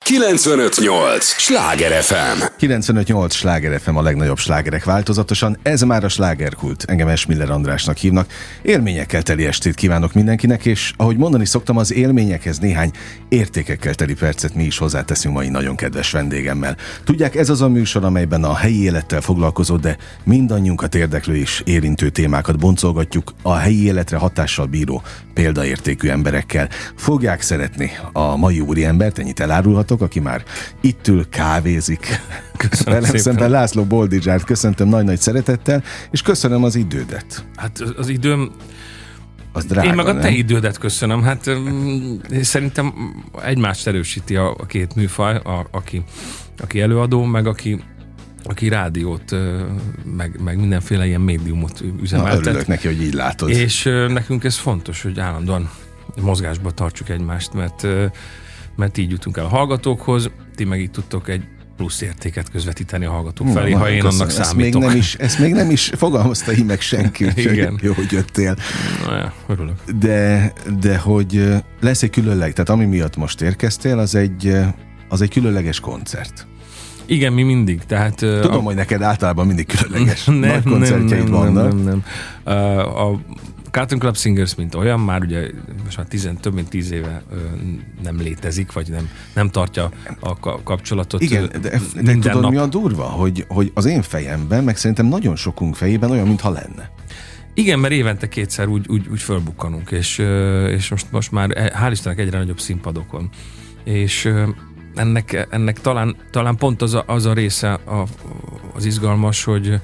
95.8 Sláger FM. 95.8 Sláger FM, a legnagyobb slágerek változatosan. Ez már a slágerkult. Engem Esmiller Andrásnak hívnak. Élményekkel teli estét kívánok mindenkinek, és ahogy mondani szoktam, az élményekhez néhány értékekkel teli percet mi is hozzáteszünk mai nagyon kedves vendégemmel. Tudják, ez az a műsor, amelyben a helyi élettel foglalkozó, de mindannyiunkat érdeklő és érintő témákat boncolgatjuk a helyi életre hatással bíró példaértékű emberekkel. Fogják szeretni a mai úriembert, ennyit elárulhatok, aki már itt ül, kávézik. Velem szemben László Boldizsárt köszöntöm nagy-nagy szeretettel, és köszönöm az idődet. Hát az időm... Az drága, én meg a nem? te idődet köszönöm. Hát szerintem egymást erősíti a két műfaj, aki előadó, meg aki rádiót, meg mindenféle ilyen médiumot üzemeltet. Örülök neki, hogy így látod. És nekünk ez fontos, hogy állandóan mozgásba tartsuk egymást, mert így jutunk el a hallgatókhoz, ti meg így tudtok egy plusz értéket közvetíteni a hallgatók felé, ha én annak számítok. Ezt még nem is fogalmazta így meg senki, úgyhogy jó, hogy jöttél. Na ja, örülök. De hogy lesz egy különleg, tehát ami miatt most érkeztél, az egy különleges koncert. Igen, mi mindig. Tehát, tudom, hogy neked általában mindig különleges nagy koncertjeid vannak. Nem. A Cartoon Club Singers, mint olyan, már ugye most már több mint 10 éve nem létezik, vagy nem tartja a kapcsolatot. Igen, de tudod, mi a durva? Hogy az én fejemben, meg szerintem nagyon sokunk fejében olyan, mintha lenne. Igen, mert évente kétszer úgy fölbukkanunk, és most már hál' Istennek egyre nagyobb színpadokon. És ennek talán pont az a része az izgalmas, hogy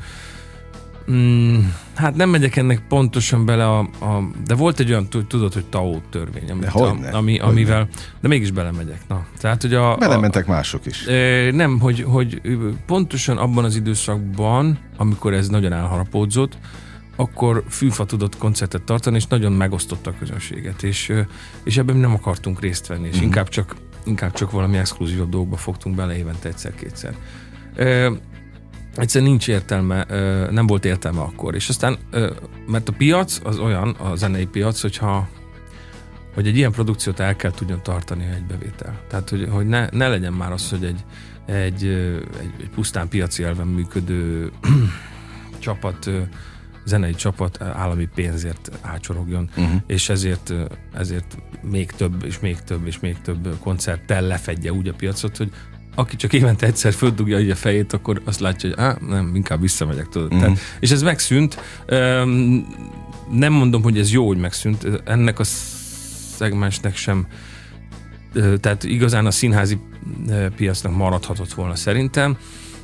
hát nem megyek ennek pontosan bele de volt egy olyan, tudod, hogy TAO törvény, amivel, de mégis belemegyek. Na, tehát, hogy belementek mások is. Nem, hogy pontosan abban az időszakban, amikor ez nagyon elharapódzott, akkor Fűfa tudott koncertet tartani, és nagyon megosztotta a közönséget, és ebben nem akartunk részt venni, és inkább csak valami exkluzívabb dolgokba fogtunk bele évente egyszer-kétszer. Egyszerűen nincs értelme, nem volt értelme akkor. És aztán, mert a piac az olyan, a zenei piac, hogy egy ilyen produkciót el kell tudjon tartani egy bevétel. Tehát, hogy ne legyen már az, hogy egy pusztán piaci elven működő csapat, zenei csapat állami pénzért ácsorogjon, és ezért még több és még több és még több koncerttel lefedje úgy a piacot, hogy aki csak évente egyszer földugja így a fejét, akkor azt látja, hogy nem, inkább visszamegyek, tudod. Tehát, és ez megszűnt. Nem mondom, hogy ez jó, hogy megszűnt. Ennek a szegmensnek sem, tehát igazán a színházi piacnak maradhatott volna szerintem,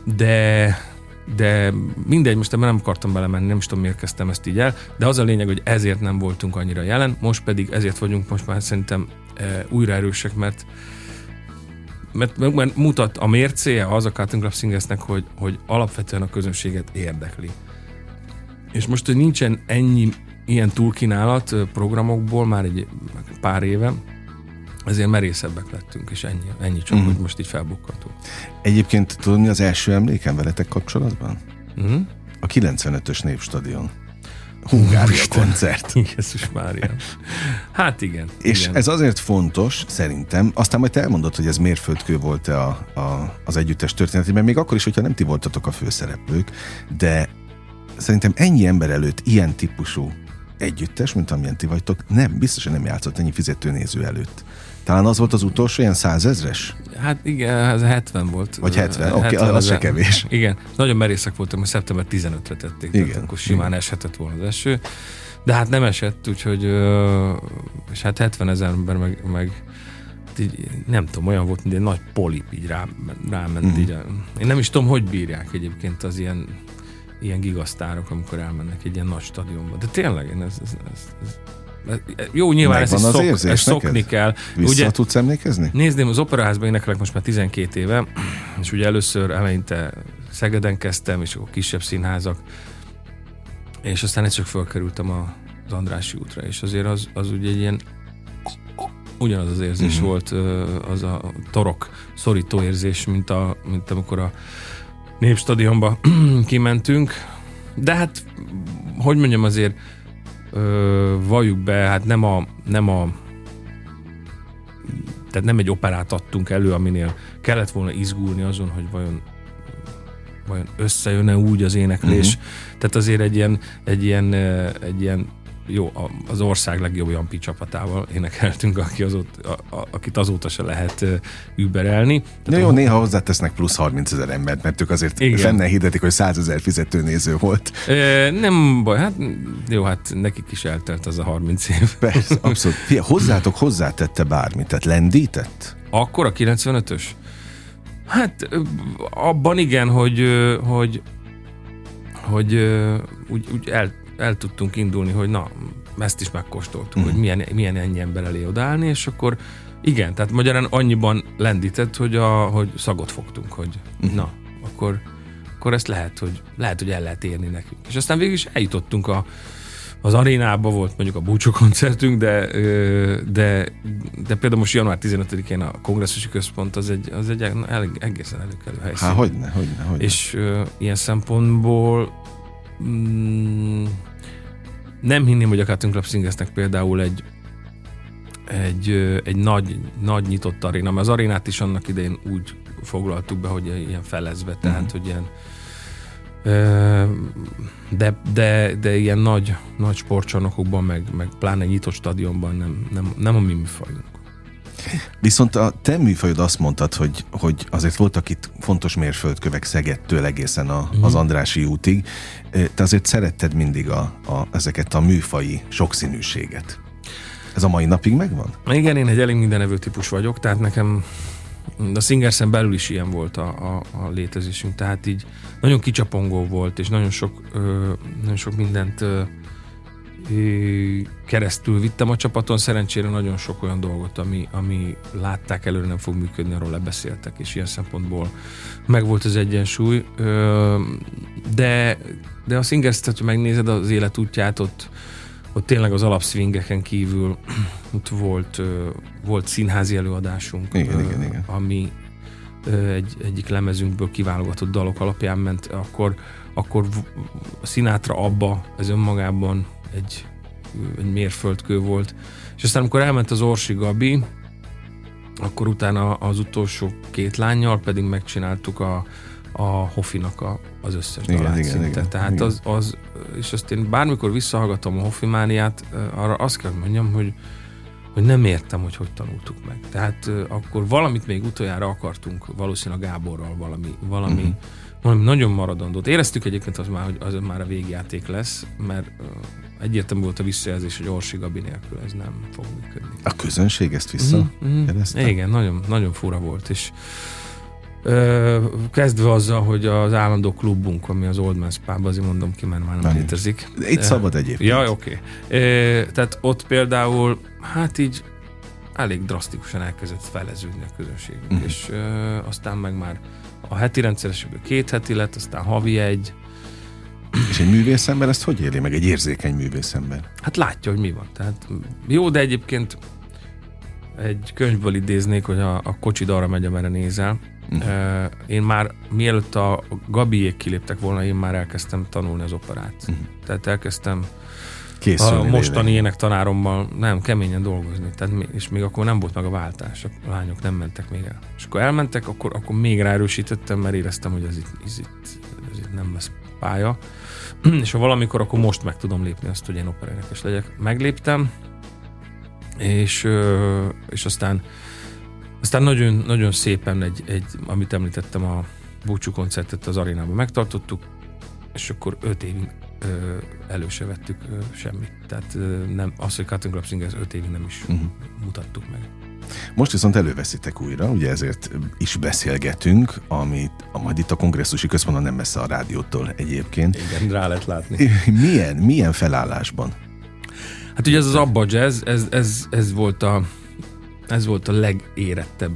de mindegy, most ebben nem akartam belemenni, nem is tudom, miért kezdtem ezt így el, de az a lényeg, hogy ezért nem voltunk annyira jelen, most pedig ezért vagyunk most már szerintem újra erősek, mert mutat a mércéje az a Cartoon Club Singersnek, hogy alapvetően a közönséget érdekli. És most, hogy nincsen ennyi ilyen túlkínálat programokból már egy pár éve, ezért merészebbek lettünk, és ennyi csak, hogy most így felbukkantunk. Egyébként tudod, mi az első emlékem veletek kapcsolatban? A 95-ös Népstadion. Hungária koncert. Jézus Mária. Hát igen. És igen. Ez azért fontos, szerintem, aztán majd te elmondod, hogy ez mérföldkő volt az együttes történetében, még akkor is, hogyha nem ti voltatok a főszereplők, de szerintem ennyi ember előtt ilyen típusú együttes, mint amilyen ti vagytok, biztosan nem játszott ennyi fizetőnéző előtt. Talán az volt az utolsó ilyen 100 000-es? Hát igen, ez 70 volt. Vagy 70, oké, az se kevés. Igen, nagyon merészek voltam, hogy szeptember 15-re tették, tehát akkor simán eshetett volna az eső. De hát nem esett, úgyhogy és hát 70 000 ember meg így, nem tudom, olyan volt, mint egy nagy polip így ráment. Így, én nem is tudom, hogy bírják egyébként az ilyen gigasztárok, amikor elmennek egy ilyen nagy stadionba. De tényleg, jó, nyilván ezt szokni kell. Vissza tudsz emlékezni? Nézném, az Operaházban énekelek most már 12 éve, és ugye először eleinte Szegeden kezdtem, és akkor kisebb színházak, és aztán egyszer csak fölkerültem az Andrássy útra, és azért az ugye egy ilyen ugyanaz az érzés volt, az a torok szorító érzés, mint amikor a Népstadionba kimentünk. De hát, hogy mondjam, azért valljuk be, hát nem a Tehát nem egy operát adtunk elő, aminél kellett volna izgulni azon, hogy vajon összejön-e úgy az éneklés. Tehát azért egy ilyen jó, az ország legjobb Jampi csapatával énekeltünk, akit azóta se lehet überelni. Jó, néha hozzátesznek plusz 30 000 embert, mert ők azért fenne hirdetik, hogy 100 000 fizetőnéző volt. Nem baj, hát jó, hát nekik is eltelt az a 30 év. Persze, abszolút. Hozzátok hozzátette bármit, tehát lendített? Akkor a 95-ös? Hát abban igen, hogy úgy el tudtunk indulni, hogy na, ezt is megkóstoltuk, hogy milyen ennyi ember elé odállni, és akkor igen, tehát magyarán annyiban lendített, hogy szagot fogtunk, hogy na, akkor ezt lehet, hogy el lehet érni nekünk. És aztán végül is eljutottunk az arénába, volt mondjuk a búcsú koncertünk, de például most január 15-én a kongresszusi központ az egy egészen előkelő helyszín. Hogyne. És ilyen szempontból nem hinném, hogy a Cutting Club Singersnek például egy nagy nyitott aréna, mert az arénát is annak idején úgy foglaltuk be, hogy ilyen felezve, tehát hogy ilyen de ilyen nagy sportcsarnokokban, meg pláne nyitott stadionban nem a mi műfajunk. Viszont a te műfajod azt mondtad, hogy azért voltak itt fontos mérföldkövek Szegedtől egészen az Andrássy útig. Te azért szeretted mindig ezeket a műfaji sokszínűséget. Ez a mai napig megvan? Igen, én egy elég mindenevő típus vagyok, tehát nekem a Singersen belül is ilyen volt a létezésünk, tehát így nagyon kicsapongó volt, és nagyon sok mindent keresztül vittem a csapaton, szerencsére nagyon sok olyan dolgot, ami látták előre nem fog működni, arról lebeszéltek, és ilyen szempontból megvolt az egyensúly, de a Singers-t, hogyha megnézed az életútját, ott tényleg az alapszvingeken kívül ott volt színházi előadásunk, igen. ami egyik lemezünkből kiválogatott dalok alapján ment, akkor Sinatra Abba, ez önmagában egy mérföldkő volt. És aztán amikor elment az Orsi Gabi, akkor utána az utolsó 2 lánnyal pedig megcsináltuk a Hofinak az összes dalát szinte. Tehát igen. És azt én bármikor visszahallgatom a Hofimániát, arra azt kell mondjam, hogy nem értem, hogy tanultuk meg. Tehát akkor valamit még utoljára akartunk, valószínűleg Gáborral valami nagyon maradandót. Éreztük egyébként hogy az már a végjáték lesz, mert egyértelmű volt a visszajelzés, hogy Orsi Gabi nélkül ez nem fog működni. A közönség ezt visszajelezte? Igen, nagyon, nagyon fura volt, és kezdve azzal, hogy az állandó klubunk, ami az Old Man's Pub, azért mondom ki, mert már nem létezik. Itt szabad egyébként. Ja, oké. Tehát ott például, hát így elég drasztikusan elkezdett feleződni a közönségünk, és aztán meg már a heti rendszeresből 2 heti lett, aztán havi 1. És egy művészember ezt hogy éli meg, egy érzékeny művészember? Hát látja, hogy mi van. Tehát jó, de egyébként egy könyvből idéznék, hogy a kocsid arra megy, amerre nézel. Én már, mielőtt a Gabiék kiléptek volna, én már elkezdtem tanulni az operát. Tehát elkezdtem a mostani énektanárommal keményen dolgozni. Tehát, és még akkor nem volt meg a váltás. A lányok nem mentek még el. És akkor elmentek, akkor még ráerősítettem, mert éreztem, hogy ez itt nem lesz pálya. És ha valamikor, akkor most meg tudom lépni azt, hogy én operaénekes legyek. Megléptem, és aztán nagyon, nagyon szépen amit említettem, a búcsú koncertet az arénában megtartottuk, és akkor 5 évig elő se vettük semmit. Tehát nem, az, hogy Cutting Club Singers 5 évig nem is mutattuk meg. Most viszont előveszitek újra, ugye ezért is beszélgetünk, amit majd itt a kongresszusi központban nem messze a rádiótól egyébként. Igen, rá lehet látni. Milyen felállásban? Hát ugye ez az Abba Jazz, ez volt a legérettebb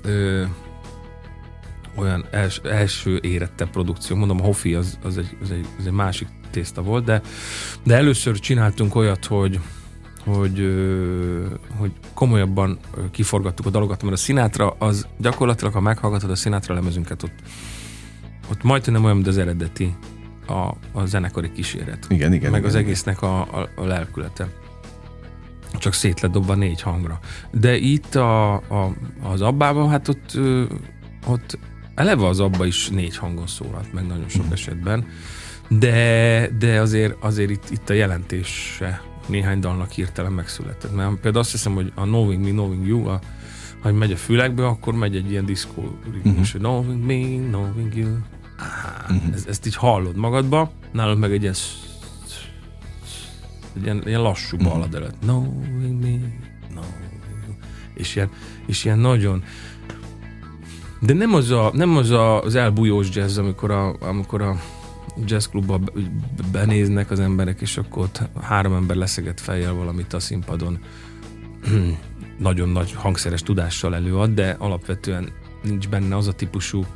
olyan első érettebb produkció. Mondom, a Hofi az egy másik tészta volt, de először csináltunk olyat, hogy komolyabban kiforgattuk a dalokat, mert a Sinatra az gyakorlatilag, ha meghallgatod a Sinatra lemezünket, ott majdnem olyan, mint az eredeti a zenekari kíséret. Igen, meg az egésznek a lelkülete. csak szét lett dobva 4 hangra. De itt az Abbában, hát ott eleve az Abba is 4 hangon szólalt meg nagyon sok esetben, de azért itt a jelentése néhány dalnak hirtelen megszületett. Mert például azt hiszem, hogy a Knowing Me, Knowing You, ha megy a fülekbe, akkor megy egy ilyen diszkó ritmus, hogy Knowing Me, Knowing You. Ezt így hallod magadba, nálad meg egy ilyen lassú ballad előtt. Knowing Me, Knowing You. És ilyen nagyon... De nem az elbújós jazz, amikor a jazzklubba benéznek az emberek, és akkor ott 3 ember leszeget fejjel valamit a színpadon nagyon nagy hangszeres tudással előad, de alapvetően nincs benne az a típusú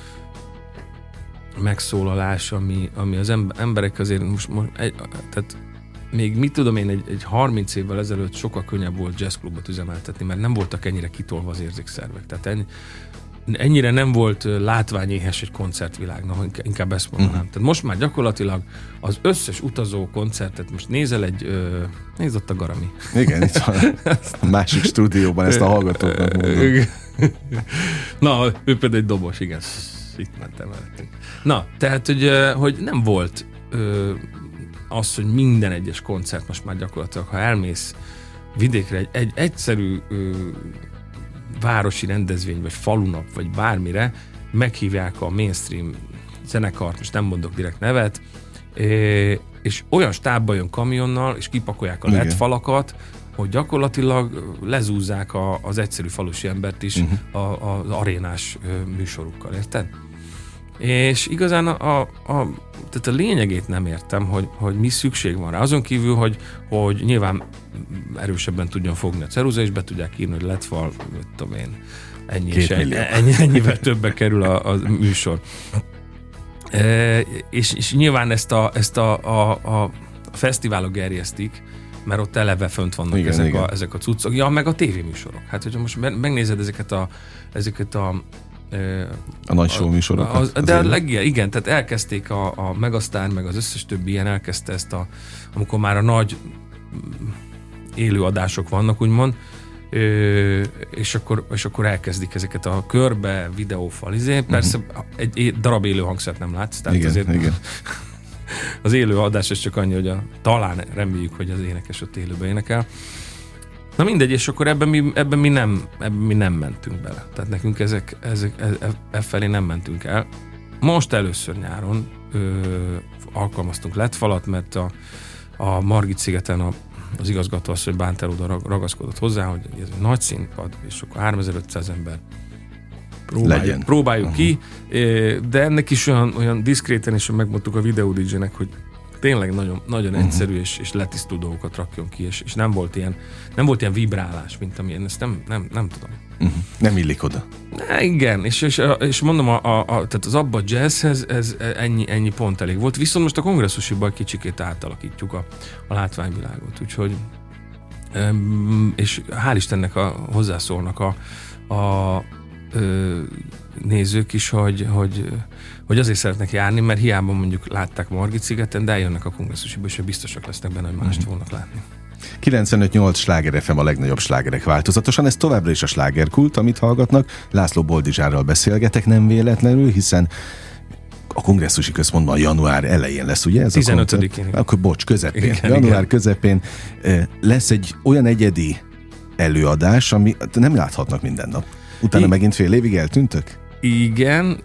megszólalás, ami az emberek azért most tehát még mit tudom én, egy 30 évvel ezelőtt sokkal könnyebb volt jazzklubot üzemeltetni, mert nem voltak ennyire kitolva az érzékszervek. Tehát ennyire nem volt látványéhes egy koncertvilág, inkább ezt mondanám. Tehát most már gyakorlatilag az összes utazó koncertet, most nézel nézd ott a Garami. Igen, itt van a másik stúdióban, ezt a hallgatóknak mondom. Na, ő például egy dobos, igen. Itt mentem előttünk. Na, tehát, hogy nem volt az, hogy minden egyes koncert most már gyakorlatilag, ha elmész vidékre egy egyszerű városi rendezvény, vagy falunap, vagy bármire, meghívják a mainstream zenekart, most nem mondok direkt nevet, és olyan stábba jön kamionnal, és kipakolják a LED falakat, hogy gyakorlatilag lezúzzák az egyszerű falusi embert is az arénás műsorukkal, érted? És igazán tehát a lényegét nem értem, hogy mi szükség van rá. Azon kívül, hogy nyilván erősebben tudjon fogni a ceruza, és be tudják írni, hogy LED fal, mit tudom én, ennyivel többe kerül a műsor. És nyilván ezt a fesztiválok gerjesztik, mert ott eleve fönt vannak ezek a cuccok. Ja, meg a tévéműsorok. Hát, hogyha most megnézed ezeket a nagy show műsorokat. Igen, tehát elkezdték a Megasztár, meg az összes többi ilyen elkezdte ezt amikor már a nagy élőadások vannak, úgymond, és akkor elkezdik ezeket a körbe, videófal, persze egy darab élő hangszert nem látsz, tehát igen. Az élő adás ez csak annyi, hogy talán reméljük, hogy az énekes ott élőbe énekel. Na mindegy, és akkor ebben mi nem mentünk bele. Tehát nekünk felé nem mentünk el. Most először nyáron alkalmaztunk LED-falat, mert a Margit szigeten az igazgató asszony Bánter oda ragaszkodott hozzá, hogy ez egy nagy színpad, és akkor 3500 ember próbáljuk ki, de ennek is olyan diszkréten, és megmondtuk a videó DJ-nek, hogy tényleg nagyon, nagyon egyszerű és letisztult dolgokat rakjon ki, és nem volt ilyen vibrálás, mint amilyen, ezt nem tudom. Nem illik oda. Igen, és mondom, tehát az abba jazzhez ez ennyi pont elég volt, viszont most a kongresszusiban kicsikét átalakítjuk a látványvilágot, úgyhogy és hál' Istennek hozzászólnak a nézők is, hogy azért szeretnek járni, mert hiába mondjuk látták Margit szigeten, de eljönnek a kongresszusiba, és biztosak lesznek benne, hogy mást fognak látni. 95.8 Sláger FM a legnagyobb slágerek változatosan, ez továbbra is a slágerkult, amit hallgatnak. László Boldizsárral beszélgetek, nem véletlenül, hiszen a kongresszusi központban január elején lesz, ugye? Ez 15-én. Akkor közepén. Igen, január igen. Közepén lesz egy olyan egyedi előadás, ami nem láthatnak minden nap. Utána megint fél évig eltűntök? Igen,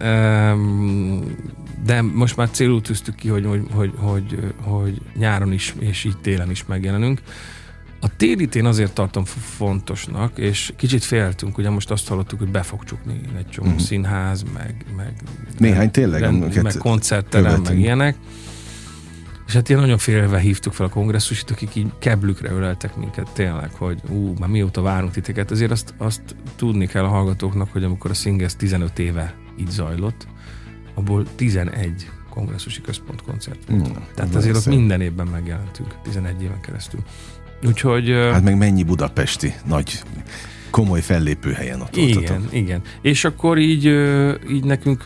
de most már célul tűztük ki, hogy nyáron is, és így télen is megjelenünk. A télit én azért tartom fontosnak, és kicsit féltünk, ugye most azt hallottuk, hogy be fog csukni egy csomó színház, meg néhány tényleg, meg koncertterem, meg ilyenek. És hát ilyen nagyon félve hívtuk fel a kongresszusit, akik így keblükre öleltek minket tényleg, hogy már mióta várunk titeket. Azért azt tudni kell a hallgatóknak, hogy amikor a Singers 15 éve így zajlott, abból 11 kongresszusi központ koncert volt. Tehát azért ott minden évben megjelentünk, 11 éven keresztül. Úgyhogy... Hát meg mennyi budapesti nagy, komoly fellépőhelyen ott voltatok. Igen. És akkor így nekünk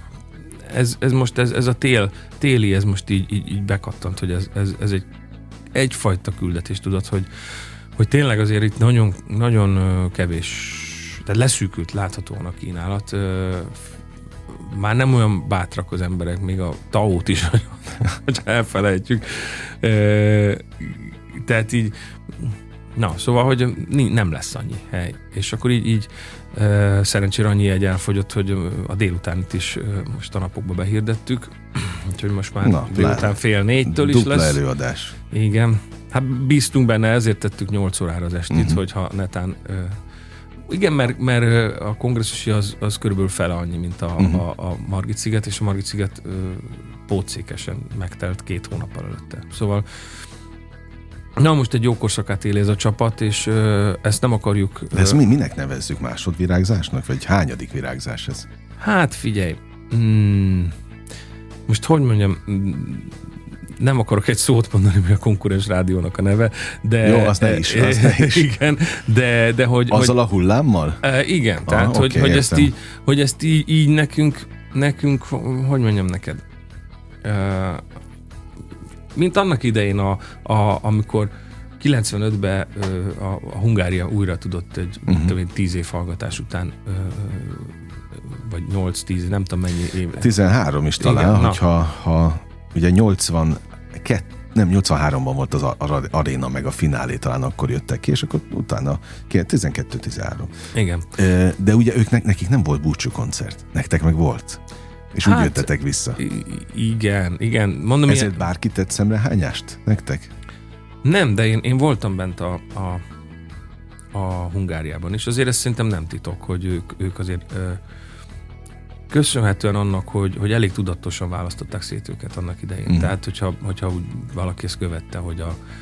ez most ez a téli, ez most így bekattant, hogy ez egyfajta küldetés, tudod, hogy tényleg azért itt nagyon, nagyon kevés, tehát leszűkült láthatóan a kínálat. Már nem olyan bátrak az emberek, még a Taót is, hogy elfelejtjük. Tehát így, na, szóval, hogy nem lesz annyi hely. És akkor így szerencsére annyi egy elfogyott, hogy a délutánit is most a napokba behirdettük, úgyhogy most már délután 3:30 is lesz. Dupla előadás. Igen. Hát bíztunk benne, ezért tettük 8 órára az estit, hogyha netán... Igen, mert a kongresszusi az körülbelül fele annyi, mint a Margit-sziget, és a Margit-sziget pótszékesen megtelt 2 hónappal előtte. Szóval na most egy jó korszakát éli ez a csapat, és ezt nem akarjuk... De ezt minek nevezzük, másodvirágzásnak? Vagy hányadik virágzás ez? Hát figyelj, most hogy mondjam, nem akarok egy szót mondani, mi a konkurens rádiónak a neve, de... Jó, azt ne is. Igen, de hogy... Azzal a hullámmal? Igen, tehát hogy ezt így nekünk, hogy mondjam neked, mint annak idején, amikor 95-ben a Hungária újra tudott egy 10 év hallgatás után, vagy 8-10, nem tudom mennyi év. 13 is talán, igen, hogyha ugye 83-ban volt az aréna, meg a finálé, talán akkor jöttek ki, és akkor utána 12-13. Igen. De ugye nekik nem volt búcsú koncert, nektek meg volt. És úgy jöttetek vissza. Igen. Mondom, ezért bárki tett szemrehányást nektek? Nem, de én voltam bent a Hungáriában, és azért ez szerintem nem titok, hogy ők azért köszönhetően annak, hogy elég tudatosan választották szét őket annak idején. Tehát, hogyha úgy valaki ezt követte, hogy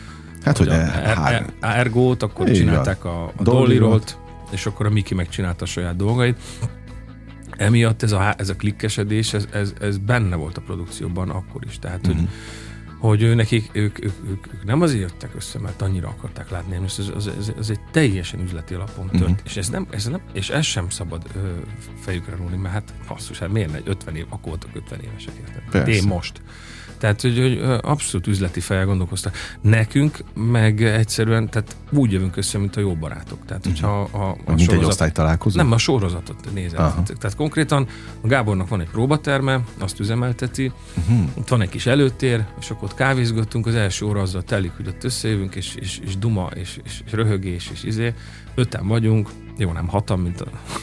Ergót, akkor csinálták a Dolly-rolt, és akkor a Miki megcsinálta a saját dolgait. Emiatt ez a klikkesedés, ez benne volt a produkcióban akkor is. Tehát, hogy ők nem azért jöttek össze, mert annyira akarták látni, és ez egy teljesen üzleti alapon tört. És ez sem szabad fejükre rúni, mert hát basszus, hát miért 50 év, akkor voltak 50 évesek, érted? Én most. Tehát, hogy abszolút üzleti fejjel gondolkoztak. Nekünk meg egyszerűen, tehát úgy jövünk össze, mint a jó barátok. Tehát, hogyha mint egy osztálytalálkozó? Nem, a sorozatot nézem. Tehát konkrétan a Gábornak van egy próbaterme, azt üzemelteti, ott van egy kis előtér, és akkor ott kávézgattunk, az első óra azzal telik, hogy ott összejövünk, és duma, és röhögés, és 5-en vagyunk, jó, nem 6-an, mint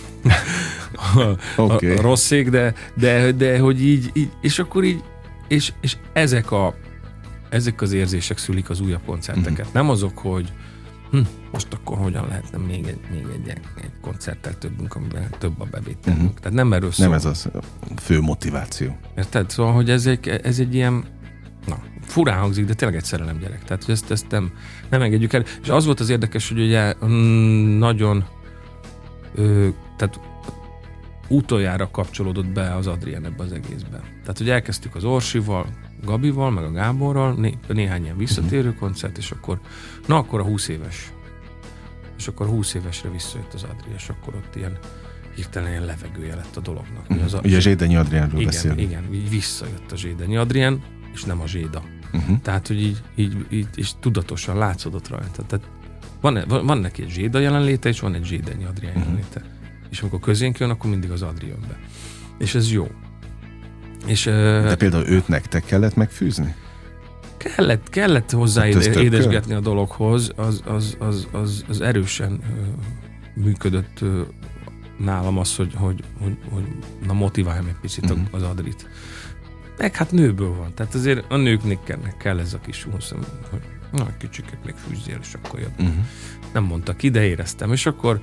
a rosszék, de hogy így, és akkor így, és ezek az érzések szülik az újabb koncerteket. Nem azok, hogy most akkor hogyan lehetne még egy koncerttel többünk, amiben több a bevételünk. Tehát nem erről szól. Nem ez az fő motiváció. Érted? Szóval, hogy ez egy ilyen, furán hangzik, de tényleg egy szerelem gyerek. Tehát, hogy ezt nem engedjük el. És az volt az érdekes, hogy ugye nagyon tehát utoljára kapcsolódott be az Adrien ebbe az egészbe. Tehát, hogy elkezdtük az Orsival, Gabival, meg a Gáborral, néhány ilyen visszatérő koncert, és akkor a 20 éves. És akkor 20 évesre visszajött az Adrien, és akkor ott ilyen hirtelen ilyen levegője lett a dolognak. Ugye Zsédenyi Adrienről beszélünk. Igen, így visszajött a Zsédenyi Adrien, és nem a Zséda. Tehát, hogy így és tudatosan látszódott rajta. Tehát van neki egy Zséda jelenléte, és van egy Zsédenyi Adrien jelenléte. És amikor közénk jön, akkor mindig az Adri jön be. És ez jó. És, de például őt nektek kellett megfűzni? Kellett hozzá édesgetni a dologhoz, az erősen működött nálam az, hogy motiváljam egy picit az Adrit. Meg hát nőből van. Tehát azért a nőknek kell ez a kis húszom, hogy kicsiket még fűzzél, és akkor jön. Nem mondta ki, de éreztem. És akkor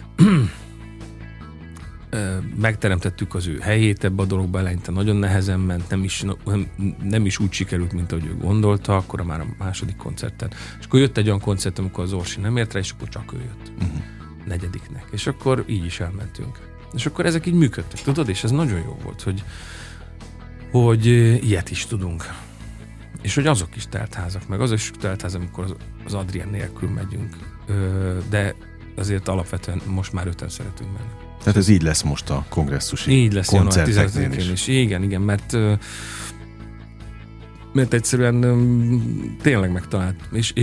megteremtettük az ő helyét ebbe a dologba, eleinte nagyon nehezen ment, nem is úgy sikerült, mint ahogy ő gondolta, akkor már a második koncerten. És akkor jött egy olyan koncert, amikor az Orsi nem ért rá, és akkor csak ő jött. Negyediknek. És akkor így is elmentünk. És akkor ezek így működtek, tudod? És ez nagyon jó volt, hogy ilyet is tudunk. És hogy azok is teltházak, meg az is teltház, amikor az Adrien nélkül megyünk. De azért alapvetően most már 5-en szeretünk menni. Tehát ez így lesz most a kongresszusi így lesz koncerteknél is. Igen, mert mert egyszerűen tényleg megtalált.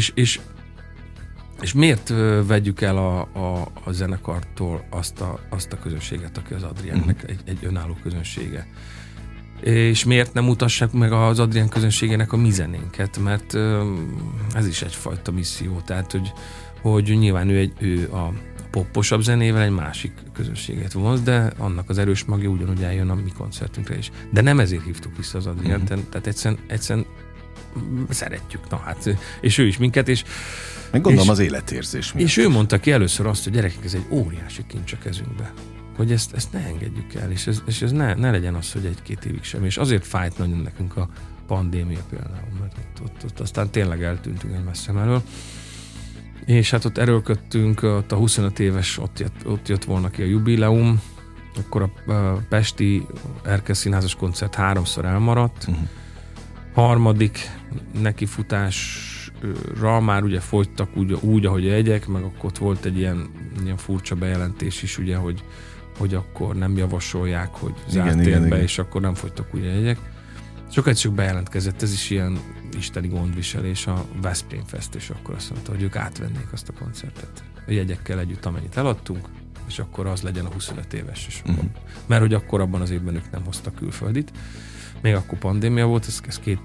És miért vegyük el a zenekartól azt a közönséget, aki az Adriánnek egy önálló közönsége? És miért nem mutassák meg az Adrián közönségének a mi zenénket? Mert ez is egyfajta misszió. Tehát, hogy nyilván ő a popposabb zenével egy másik közönséget vonz, de annak az erős magja ugyanúgy eljön a mi koncertünkre is. De nem ezért hívtuk vissza az Adriánt, tehát egyszerűen szeretjük. Na hát, és ő is minket, és meg gondolom az életérzés miatt. És ő mondta ki először azt, hogy gyerekek, ez egy óriási kincs a kezünkbe. Hogy ezt ne engedjük el, és ez ne legyen az, hogy 1-2 évig sem. És azért fájt nagyon nekünk a pandémia például, mert ott aztán tényleg eltűntünk egy messze elől. És hát ott erőlködtünk, ott a 25 éves, ott jött volna ki a jubileum, akkor a pesti Erkel Színházas koncert 3-szor elmaradt. Harmadik nekifutásra már ugye fogytak úgy ahogy jegyek, meg akkor ott volt egy ilyen furcsa bejelentés is, ugye, hogy akkor nem javasolják, hogy zárt térbe, és akkor nem fogytak úgy jegyek. Sokat csak bejelentkezett, ez is ilyen isteni gondviselés, a Veszprém Fest, és akkor azt mondta, hogy ők átvennék azt a koncertet a jegyekkel együtt, amennyit eladtunk, és akkor az legyen a 25 éves. És mert hogy akkor abban az évben ők nem hoztak külföldit. Még akkor pandémia volt, ez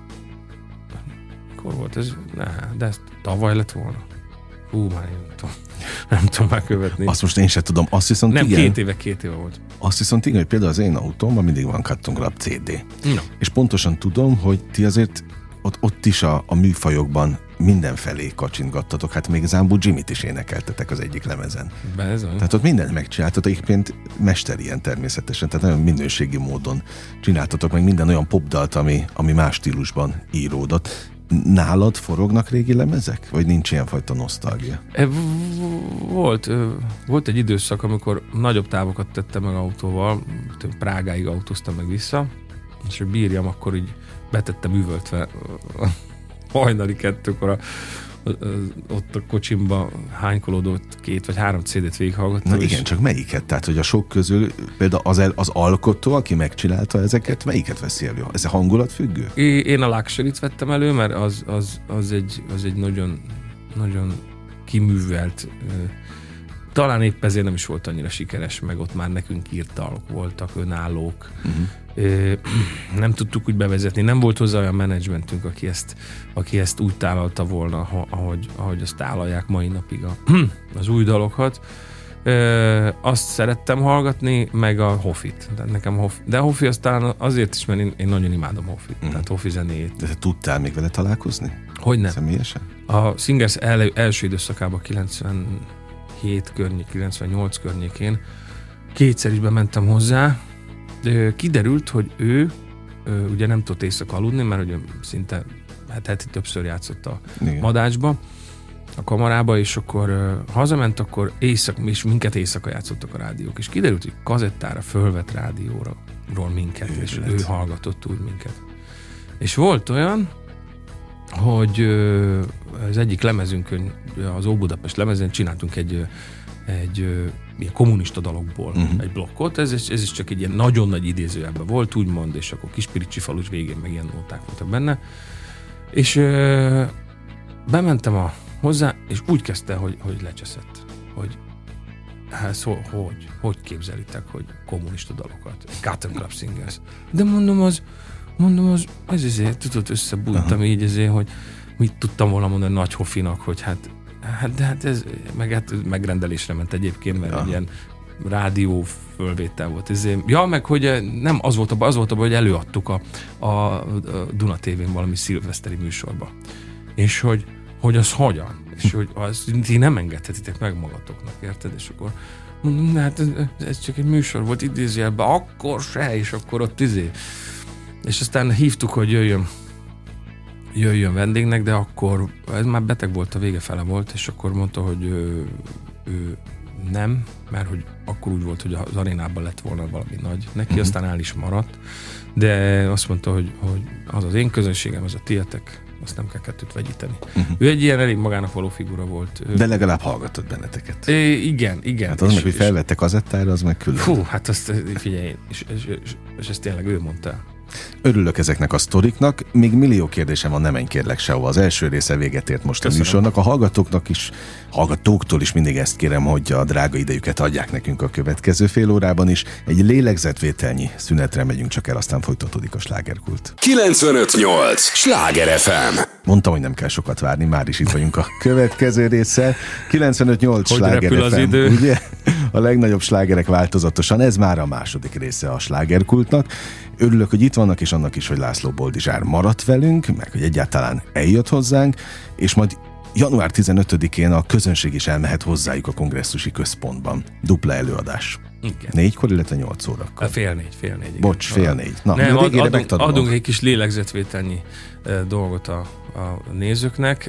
mikor volt ez? De ez tavaly lett volna. Már én nem tudom már követni. Azt most én sem tudom. Azt viszont nem, igen. 2 éve volt. Azt viszont igen, hogy például az én autómban mindig van Cutting Club CD. No. És pontosan tudom, hogy ti azért ott is a műfajokban mindenfelé kacsintgattatok. Hát még Zámbó Jimmy-t is énekeltetek az egyik lemezen. Bezony. Tehát ott mindent megcsináltatok, egyébként mester ilyen természetesen, tehát nagyon minőségi módon csináltatok meg minden olyan popdalt, ami más stílusban íródott. Nálad forognak régi lemezek? Vagy nincs ilyenfajta nosztalgia? Volt egy időszak, amikor nagyobb távokat tettem meg autóval, Prágáig autóztam meg vissza, és hogy bírjam, akkor így betettem üvöltve hajnali 2-kor ott a kocsimba hánykolódott 2 vagy 3 CD-t végighallgattam. Na igen, csak melyiket? Tehát, hogy a sok közül például az alkotó, aki megcsinálta ezeket, melyiket veszi elő? Ez a hangulatfüggő? Én a Luxury-t vettem elő, mert az egy nagyon, nagyon kiművelt, talán épp ezért nem is volt annyira sikeres, meg ott már nekünk írt dalok voltak, önállók. Nem tudtuk úgy bevezetni, nem volt hozzá olyan menedzsmentünk, aki ezt úgy tálalta volna, ahogy azt tálalják mai napig az új dalokat. Azt szerettem hallgatni, meg a Hoffit. De Hoffi aztán azért is, mert én nagyon imádom Hoffit, tehát Hoffi zenéjét. De te tudtál még vele találkozni? Hogyne. Személyesen? A Singers első időszakában 97 környék, 98 környékén 2-szer is bementem hozzá. Kiderült, hogy ő ugye nem tudott éjszaka aludni, mert ugye szinte heti többször játszott a Madácsba, a kamarába, és akkor hazament, akkor és minket éjszaka játszottak a rádiók, és kiderült, hogy kazettára fölvett rádióról minket, és ő hallgatott úgy minket. És volt olyan, hogy az egyik lemezünkön, az Óbudapest lemezen csináltunk egy ilyen kommunista dalokból egy blokkot, ez is csak egy ilyen nagyon nagy idézőjelben volt, úgymond, és akkor Kispiricsi falus végén meg ilyen nóták voltak benne. És bementem hozzá, és úgy kezdte, hogy lecseszett. Hogy képzelitek, hogy kommunista dalokat, Cutting Club Singers. De mondom, az ezért tudod, összebújtam így ezért, hogy mit tudtam volna mondani Nagy Hoffinak, hogy hát ez megrendelésre ment egyébként, mert egy ilyen rádió fölvétel volt. Ja, meg hogy nem, az volt a baj, hogy előadtuk a Duna TV-n valami szilveszteri műsorba. És hogy az hogyan? És hogy azt ti nem engedhetitek meg magatoknak, érted? És akkor mondom, hát ez csak egy műsor volt idézőjelben, akkor se, és akkor ott És aztán hívtuk, hogy jöjjön vendégnek, de akkor ez már beteg volt, a vége fele volt, és akkor mondta, hogy ő nem, mert hogy akkor úgy volt, hogy az arénában lett volna valami nagy neki, aztán el is maradt, de azt mondta, hogy az én közönségem, az a tietek, azt nem kell kettőt vegyíteni. Ő egy ilyen elég magának való figura volt. De legalább hallgatott benneteket. Igen. Hát az meg, hogy felvette kazettára, az meg külön. Hát azt figyelj, és ezt tényleg ő mondta. Örülök ezeknek a sztoriknak, még millió kérdésem van, nem menj kérlek sehova. Az első része véget ért most a műsornak. A hallgatóktól is mindig ezt kérem, hogy a drága idejüket adják nekünk a következő fél órában is. Egy lélegzetvételnyi szünetre megyünk csak el, aztán folytatódik a slágerkult. 95.8 Sláger FM. Mondtam, hogy nem kell sokat várni, már is itt vagyunk a következő résszel. 95.8 Sláger FM, idő. Ugye? A legnagyobb slágerek változatosan, ez már a második része a slágerkultnak. Örülök, hogy itt vannak, és annak is, hogy László Boldizsár maradt velünk, meg hogy egyáltalán eljött hozzánk, és majd január 15-én a közönség is elmehet hozzájuk a kongresszusi központban. Dupla előadás. Igen. 4-kor, illetve 8 órakor. Fél négy. Bocs, fél négy. Na, nem, adunk egy kis lélegzetvételnyi dolgot a nézőknek,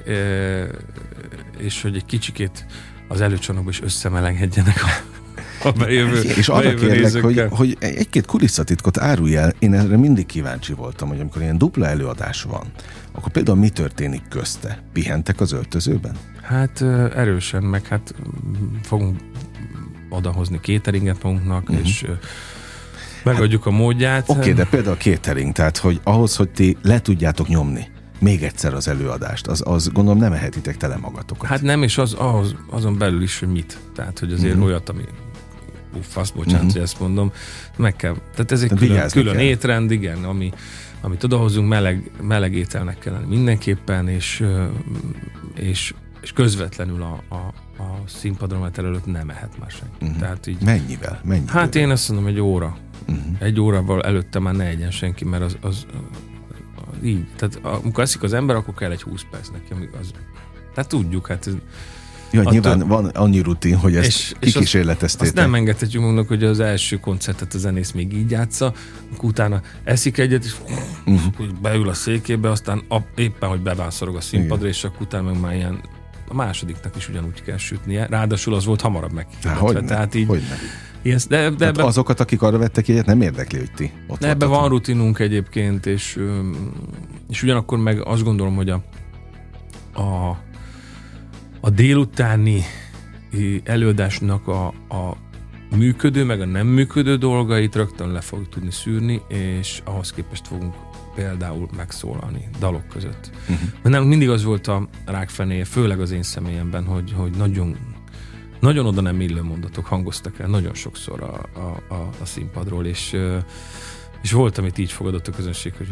és hogy egy kicsikét az előcsarnokba is összemelegedjenek a bejövő. És arra kérlek, hogy egy-két kulisszatitkot árulj el, én erre mindig kíváncsi voltam, hogy amikor ilyen dupla előadás van, akkor például mi történik közte? Pihentek az öltözőben? Hát erősen, meg hát fogunk odahozni cateringet magunknak, és megadjuk a módját. Oké, de például a catering, tehát hogy ahhoz, hogy ti le tudjátok nyomni még egyszer az előadást, az gondolom nem ehetitek tele magatokat. Hát nem, és azon belül is, hogy mit. Tehát, hogy azért olyat, ami bocsánat, hogy ezt mondom, meg kell. Tehát ez egy külön étrend, igen, amit odahozunk, meleg ételnek kell lenni mindenképpen, és közvetlenül a színpadon előtt nem ehet már senki. Tehát így, Mennyivel? Hát én azt mondom, egy óra. Egy órával előtte már ne egyen senki, mert az így. Tehát amikor eszik az ember, akkor kell egy 20 perc neki, amíg az. Tehát tudjuk, hát nyilván van annyi rutin, hogy ezt kikísérleteztétek. Azt nem engedhetjük magunknak, hogy az első koncertet a zenész még így játsza, akkor utána eszik egyet, és beül a székébe, aztán éppen, hogy bebánszorog a színpadra, és akkor utána meg már ilyen a másodiknak is ugyanúgy kell sütnie. Ráadásul az volt hamarabb meghirdetve. Tehát így. De azokat, akik arra vettek egyet, nem érdekli, hogy ti ott ebben van rutinunk egyébként, és ugyanakkor meg azt gondolom, hogy a délutáni előadásnak a működő, meg a nem működő dolgait rögtön le fogjuk tudni szűrni, és ahhoz képest fogunk például megszólalni dalok között. Mert nálunk mindig az volt a rákfenéje, főleg az én személyemben, hogy nagyon oda nem illő mondatok hangoztak el nagyon sokszor a színpadról, és volt, amit így fogadott a közönség, hogy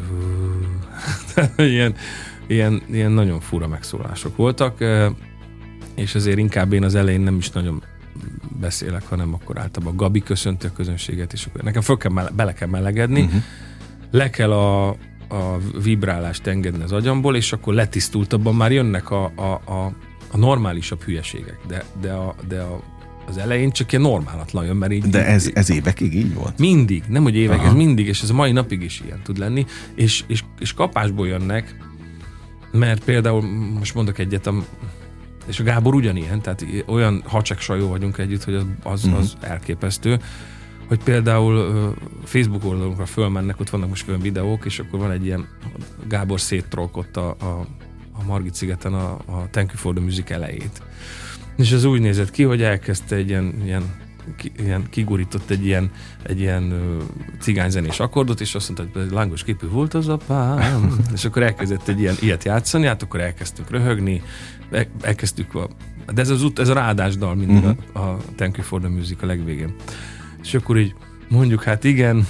ilyen nagyon fura megszólások voltak, és azért inkább én az elején nem is nagyon beszélek, hanem akkor általában Gabi köszönti a közönséget, és akkor nekem bele kell melegedni, le kell a vibrálást engedni az agyamból, és akkor letisztultabban már jönnek a normálisabb hülyeségek, de az elején csak ilyen normálatlan jön, mert így... De ez évekig így volt? Mindig, nem hogy évek, ez mindig, és ez a mai napig is ilyen tud lenni, és kapásból jönnek, mert például, most mondok egyet, és a Gábor ugyanilyen, tehát olyan hacsek-sajó vagyunk együtt, hogy az elképesztő, hogy például Facebook oldalunkra fölmennek, ott vannak most olyan videók, és akkor van egy ilyen Gábor széttrolkott a Margit szigeten a Thank You for the Music elejét. És ez úgy nézett ki, hogy elkezdte egy ilyen kigurított egy ilyen cigányzenés akkordot, és azt mondta, hogy lángos képű volt az apám, és akkor elkezdett egy ilyet játszani, hát akkor elkezdtünk röhögni, de ez a ráadásdal mindig a Thank You for the Music a legvégén. És akkor így mondjuk, hát igen,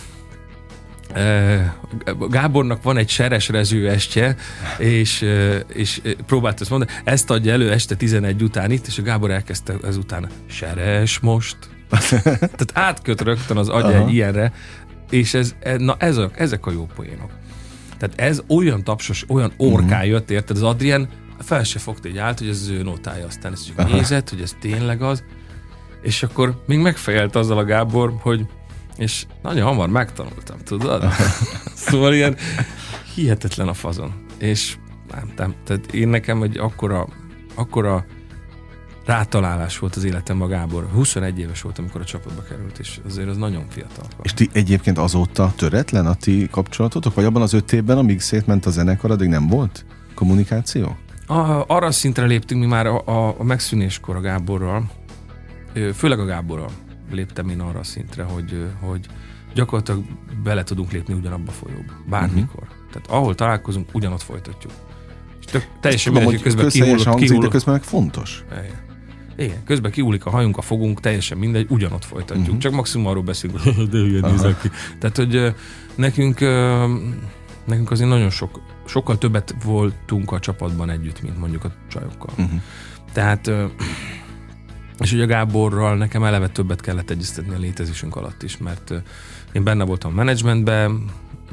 Gábornak van egy seres rező estje, és próbált ezt mondani, ezt adja elő este 11 után itt, és a Gábor elkezdte ezután seres most. Tehát átköt rögtön az agya egy ilyenre, és ezek a jó poénok. Tehát ez olyan tapsos, olyan orkán jött, érted, az Adrien fel se fogta, így állt, hogy ez az ő notája, aztán ezt csak nézett, hogy ez tényleg az, és akkor még megfejelt azzal a Gábor, hogy és nagyon hamar megtanultam, tudod? Szóval ilyen hihetetlen a fazon. És nem, tehát én nekem egy akkora rátalálás volt az életemben a Gábor. 21 éves volt, amikor a csapatba került, és azért az nagyon fiatal. És ti egyébként azóta töretlen a ti kapcsolatotok? Vagy abban az 5 évben, amíg szétment a zenekar, addig nem volt kommunikáció? Arra szintre léptünk mi már a megszűnéskor a Gáborral, főleg a Gáborral léptem én arra a szintre, hogy gyakorlatilag bele tudunk lépni ugyanabba a folyóba. Bármikor. Tehát ahol találkozunk, ugyanott folytatjuk. És teljesen mindegy, hogy közben kihullok. De közben meg fontos. Igen, közben kiúlik a hajunk, a fogunk, teljesen mindegy, ugyanott folytatjuk. Csak maximum arról beszélünk, hogy de hülyen nézek ki. Tehát, hogy nekünk azért nagyon sokkal többet voltunk a csapatban együtt, mint mondjuk a csajokkal. Tehát, és ugye Gáborral nekem eleve többet kellett egyeztetni a létezésünk alatt is, mert én benne voltam a menedzsmentben,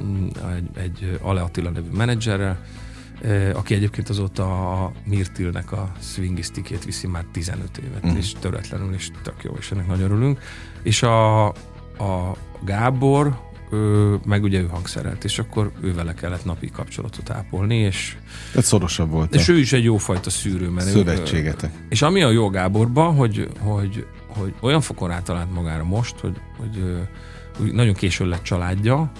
egy Ale Attila nevű menedzserrel, aki egyébként azóta a Mirtilnek a swingisztikét viszi már 15 évet, és töretlenül, és tök jó, és ennek nagyon örülünk. És a Gábor, meg ugye ő hangszerelt, és akkor ővele kellett napi kapcsolatot ápolni, és tehát szorosabb volt. És ő is egy jófajta szűrő. Szövetségetek. És ami a jó Gáborban, hogy olyan fokon rátalált magára most, hogy nagyon későn lett családja,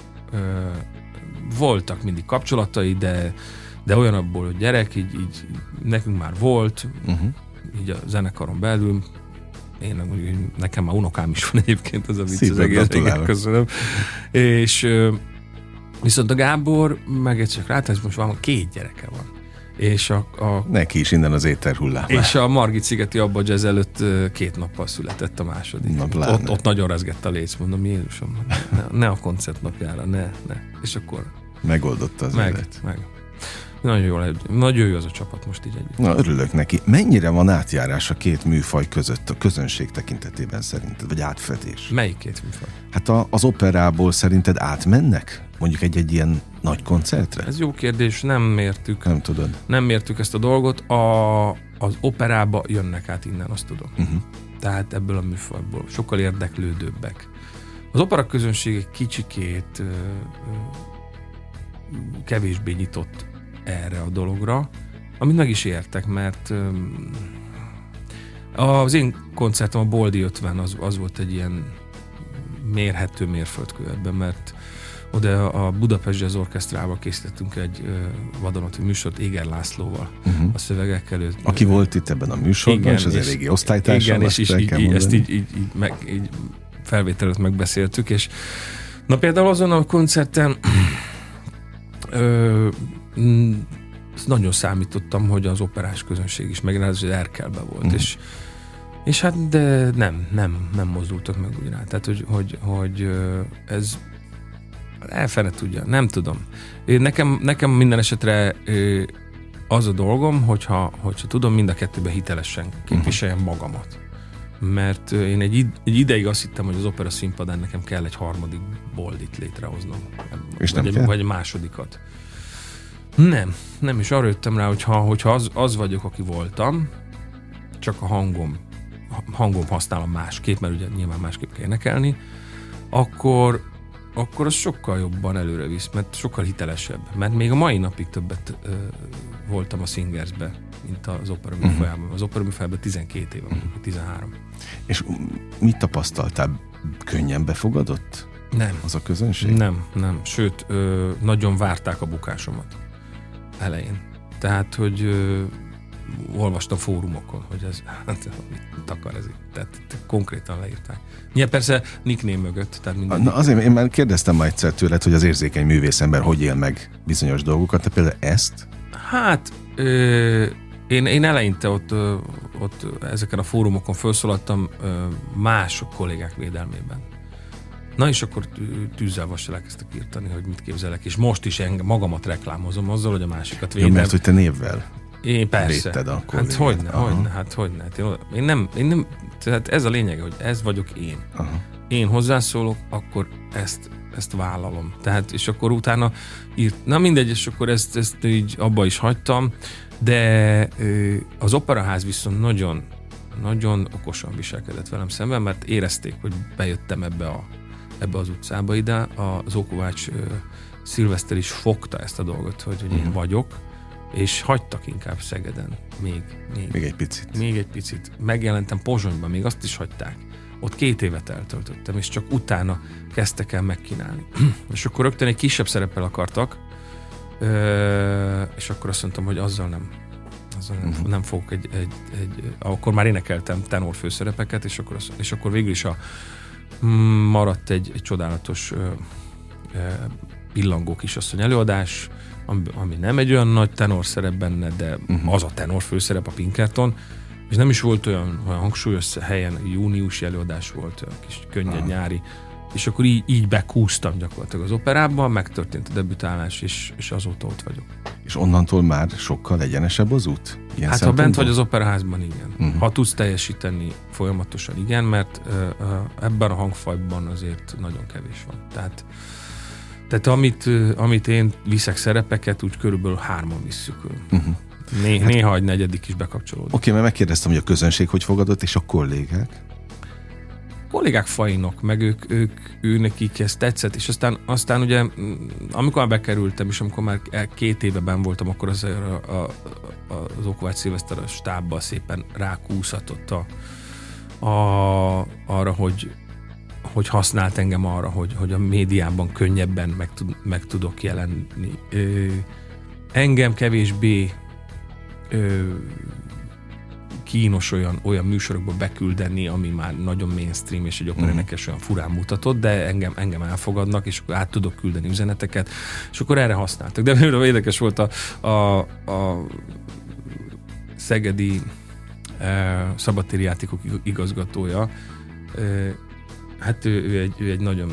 voltak mindig kapcsolatai, de olyan abból, hogy gyerek, így nekünk már volt, így a zenekaron belül, nekem már unokám is van egyébként, az a vicc az egész. Köszönöm. És viszont a Gábor meg csak rátállás, most már 2 gyereke van. És neki is innen az éterhullám. És a Margit-szigeti Abba Jazz előtt 2 nappal született a második. Ott nagyon rezgett a léc, mondom, Jézusom, ne a koncert napjára, ne. És akkor megoldotta az élet. Nagyon jó az a csapat most így együtt. Na, örülök neki. Mennyire van átjárás a 2 műfaj között a közönség tekintetében szerinted, vagy átfedés? Melyik 2 műfaj? Hát az operából szerinted átmennek? Mondjuk egy ilyen nagy koncertre? Ez jó kérdés, nem mértük. Nem tudod. Nem mértük ezt a dolgot. Az operába jönnek át innen, azt tudom. Tehát ebből a műfajból. Sokkal érdeklődőbbek. Az opera közönség egy kicsikét kevésbé nyitott erre a dologra, amit meg is értek, mert az én koncertem, a Boldi 50, az volt egy ilyen mérhető mérföldkő ebben, mert oda a Budapest Jazz Orchestrával készítettünk egy vadonatúj műsort Éger Lászlóval a szövegek előtt. Aki volt itt ebben a műsorban, igen, és az eléggé osztálytársam. Igen, és ezt így felvétel előtt megbeszéltük, és na például azon a koncerten nagyon számítottam, hogy az operás közönség is megjelent, hogy Erkelbe volt, és hát de nem mozdultak meg úgy rá. Tehát, hogy ez elfene tudja, nem tudom. Nekem minden esetre az a dolgom, hogyha tudom, mind a kettőben hitelesen képviseljem magamat. Mert én egy ideig azt hittem, hogy az opera színpadán nekem kell egy harmadik Boldit létrehoznom. És vagy egy másodikat. Nem, és arra jöttem rá, hogyha az vagyok, aki voltam, csak a hangom használom másképp, mert ugye nyilván másképp kell énekelni, akkor az sokkal jobban előre visz, mert sokkal hitelesebb. Mert még a mai napig többet voltam a Singersbe, mint az opera műfajában. Az opera műfajában 12 éve, 13. És mit tapasztaltál? Könnyen befogadott? Nem. Az a közönség? Nem. Sőt, nagyon várták a bukásomat elején. Tehát, hogy olvastam fórumokon, hogy ez mit akar ez itt. Tehát konkrétan leírták. Nyilván persze nickname mögött. Tehát minden. Na azért én már kérdeztem már egyszer tőled, hogy az érzékeny művészember hogy él meg bizonyos dolgokat, te például ezt? Hát én eleinte ott ezeken a fórumokon felszólaltam mások kollégák védelmében. Na és akkor tűzzel vassal elkezdtek írtani, hogy mit képzelek, és most is magamat reklámozom azzal, hogy a másikat védem. Mert hogy te névvel persze. Védted a kollégát. Hát hogyne. Én nem, tehát ez a lényeg, hogy ez vagyok én. Aha. Én hozzászólok, akkor ezt vállalom. Tehát, és akkor utána na mindegy, és akkor ezt így abba is hagytam, de az operaház viszont nagyon, nagyon okosan viselkedett velem szemben, mert érezték, hogy bejöttem ebbe az utcába ide. Az Ókovács Szilveszter is fogta ezt a dolgot, hogy én vagyok, és hagytak inkább Szegeden még egy picit. Megjelentem Pozsonyban, még azt is hagyták. Ott 2 évet eltöltöttem, és csak utána kezdtek el megkínálni. És akkor rögtön egy kisebb szereppel akartak, és akkor azt mondtam, hogy azzal nem fogok akkor már énekeltem tenor főszerepeket, és akkor végül is maradt egy csodálatos pillangó kisasszony előadás, ami nem egy olyan nagy tenor szerep benne, de az a tenor főszerep, a Pinkerton, és nem is volt olyan hangsúlyos helyen, júniusi előadás volt, olyan kis könnyed nyári, és akkor így bekúztam gyakorlatilag az operában, megtörtént a debütálás, és azóta ott vagyok. És onnantól már sokkal egyenesebb az út? Hát ha bent vagy az operaházban, igen. Ha tudsz teljesíteni folyamatosan, igen, mert ebben a hangfajban azért nagyon kevés van. Tehát amit én viszek szerepeket, úgy körülbelül 3-an visszük. Néha egy negyedik is bekapcsolódik. Oké, mert megkérdeztem, hogy a közönség hogy fogadott, és a kollégák? Kollégák fajnok, meg ők nekik ez tetszett, és aztán ugye, amikor már bekerültem, és amikor már 2 éve benn voltam, akkor az Okovács Szilveszter a stábban szépen rákúszatott arra, hogy használt engem arra, hogy a médiában könnyebben meg tudok jelenni. Engem kevésbé kínos olyan műsorokba beküldeni, ami már nagyon mainstream, és egy operénekes olyan furán mutatott, de engem elfogadnak, és akkor át tudok küldeni üzeneteket, és akkor erre használtak. De például érdekes volt a szegedi szabadtéri játékok igazgatója. Hát ő egy nagyon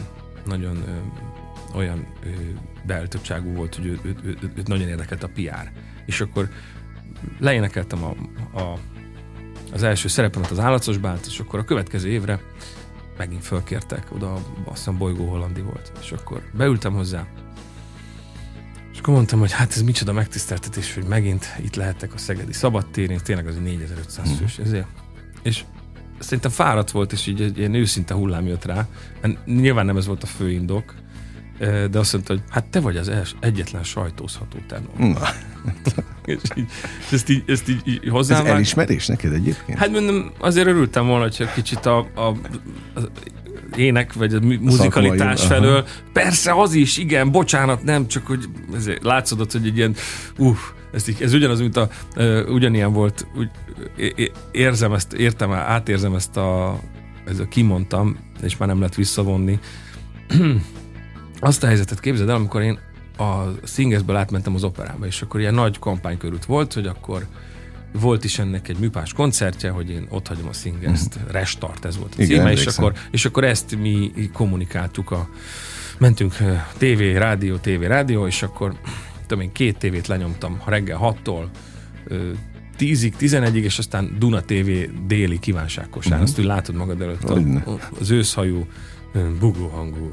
olyan beállítottságú volt, hogy őt nagyon érdekelt a PR. És akkor leénekeltem az első szerepemet, az Állacos Bált, és akkor a következő évre megint fölkértek oda, azt hiszem Bolygó Hollandi volt, és akkor beültem hozzá, és akkor mondtam, hogy hát ez micsoda megtiszteltetés, hogy megint itt lehettek a szegedi szabadtérén, tényleg az egy 4500 fős, ezért. És szerintem fáradt volt, és így egy ilyen őszinte hullám jött rá. Nyilván nem ez volt a fő indok, de azt mondta, hogy hát te vagy az egyetlen sajtózható tenor. És ezt így hozzám. Ez elismerés neked egyébként? Hát mondom, azért örültem volna, hogyha kicsit az ének, vagy a muzikalitás felől. Persze az is, igen, bocsánat, nem, csak hogy látszódott, hogy egy ilyen ez ugyanaz, mint ugyanilyen volt, átérzem ezt a kimondtam, és már nem lehet visszavonni. Azt a helyzetet képzeld el, amikor én a Singersből átmentem az operába, és akkor ilyen nagy kampánykörút volt, hogy akkor volt is ennek egy műpás koncertje, hogy én ott hagyom a Singers-t, Restart, ez volt a címe, és akkor ezt mi kommunikáltuk, mentünk TV, rádió, és akkor tudom én 2 tévét lenyomtam reggel 6-tól 10-ig, 11-ig, és aztán Duna TV déli kívánságkosán. Azt úgy látod magad előtt, az őszhajú, bugóhangú.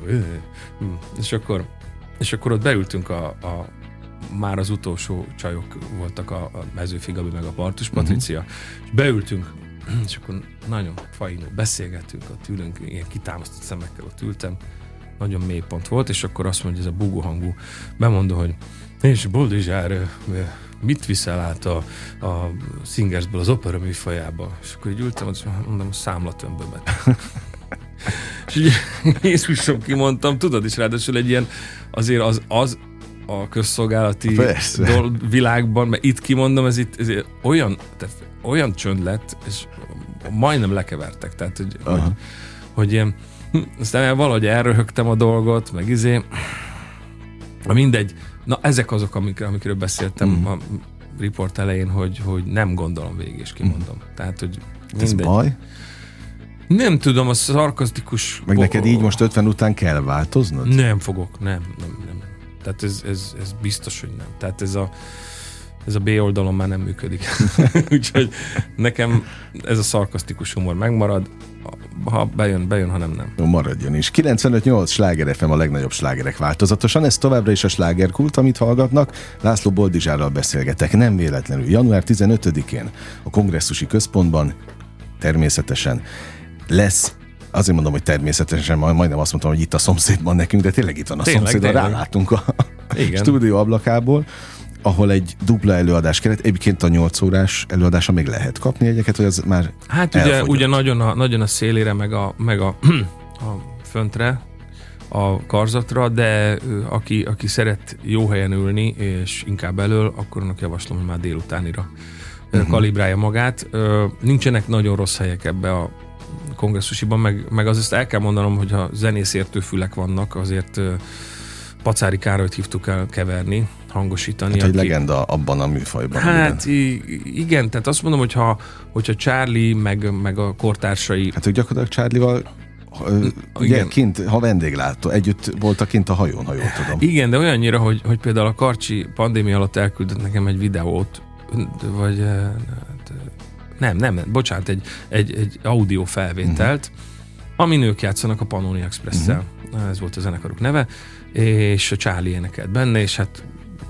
És akkor ott beültünk már az utolsó csajok voltak a Mezőfi Gabi meg a Partus Patricia, és beültünk, és akkor nagyon fajnó beszélgetünk, ott ülünk, ilyen kitámasztott szemekkel ott ültem, nagyon mély pont volt, és akkor azt mondja ez a bugóhangú bemondó, hogy és Boldizsár, mit viszel át a Singersből az opera műfajába? És akkor így ültem, mondom, a számlatömbömet. És így Jézusom kimondtam, tudod is, ráadásul egy ilyen, azért az a közszolgálati világban, mert itt kimondom, ez olyan csönd lett, és majdnem lekevertek, tehát hogy ilyen, aztán valahogy elröhögtem a dolgot, meg mindegy. Na, ezek azok, amikről beszéltem a riport elején, hogy nem gondolom végig, és kimondom. Tehát, hogy ez baj? Nem tudom, a szarkasztikus... Meg neked így most 50 után kell változnod? Nem fogok, nem. Tehát ez biztos, hogy nem. Tehát ez a B oldalon már nem működik. Úgyhogy nekem ez a szarkasztikus humor megmarad, ha bejön, ha nem. Maradjon is. 95.8 Sláger FM, a legnagyobb slágerek változatosan. Ez továbbra is a slágerkult, amit hallgatnak. László Boldizsárral beszélgetek. Nem véletlenül. Január 15-én a Kongresszusi Központban természetesen lesz, azért mondom, hogy természetesen, majdnem azt mondtam, hogy itt a szomszédban nekünk, de tényleg itt van a szomszédban, rálátunk a stúdió ablakából, ahol egy dupla előadás kellett. Egyébként a 8 órás előadása még lehet kapni egyeket, vagy az már hát ugye nagyon a szélére, meg a föntre, a karzatra, de aki szeret jó helyen ülni, és inkább elől, akkor annak javaslom, hogy már délutánira kalibrálja magát. Nincsenek nagyon rossz helyek ebbe a kongresszusiban, meg azért el kell mondanom, hogy ha zenészértő fülek vannak, azért Pacári Károlyt hívtuk el keverni, hangosítani. Hát egy legenda abban a műfajban. Hát igen, tehát azt mondom, hogyha Charlie, meg a kortársai... Hát ők gyakorlatilag Charlie-val ugye kint, ha vendéglátó, együtt voltak kint a hajón, ha jól tudom. Igen, de olyannyira, hogy például a Karcsi pandémia alatt elküldött nekem egy videót, vagy nem, bocsánat, egy audio felvételt, amin ők játszanak a Pannoni Express-szel. Ez volt a zenekaruk neve, és a Charlie énekelt benne, és hát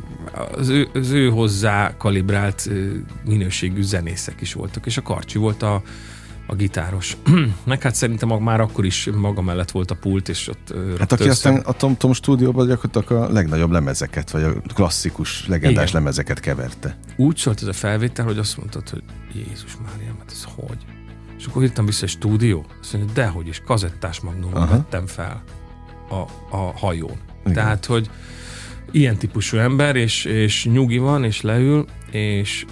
az ő hozzá kalibrált minőségű zenészek is voltak, és a Karcsi volt a gitáros. Meg hát szerintem már akkor is maga mellett volt a pult, és ott hát aki aztán a TomTom stúdióban gyakorlatilag a legnagyobb lemezeket, vagy a klasszikus, legendás lemezeket keverte. Úgy szólt ez a felvétel, hogy azt mondtad, hogy Jézus Mária, hát ez hogy? És akkor írtam vissza egy stúdió, azt mondja, dehogy is, kazettás magnóban vettem fel a hajón. Igen. Tehát, hogy ilyen típusú ember, és nyugi van, és leül, és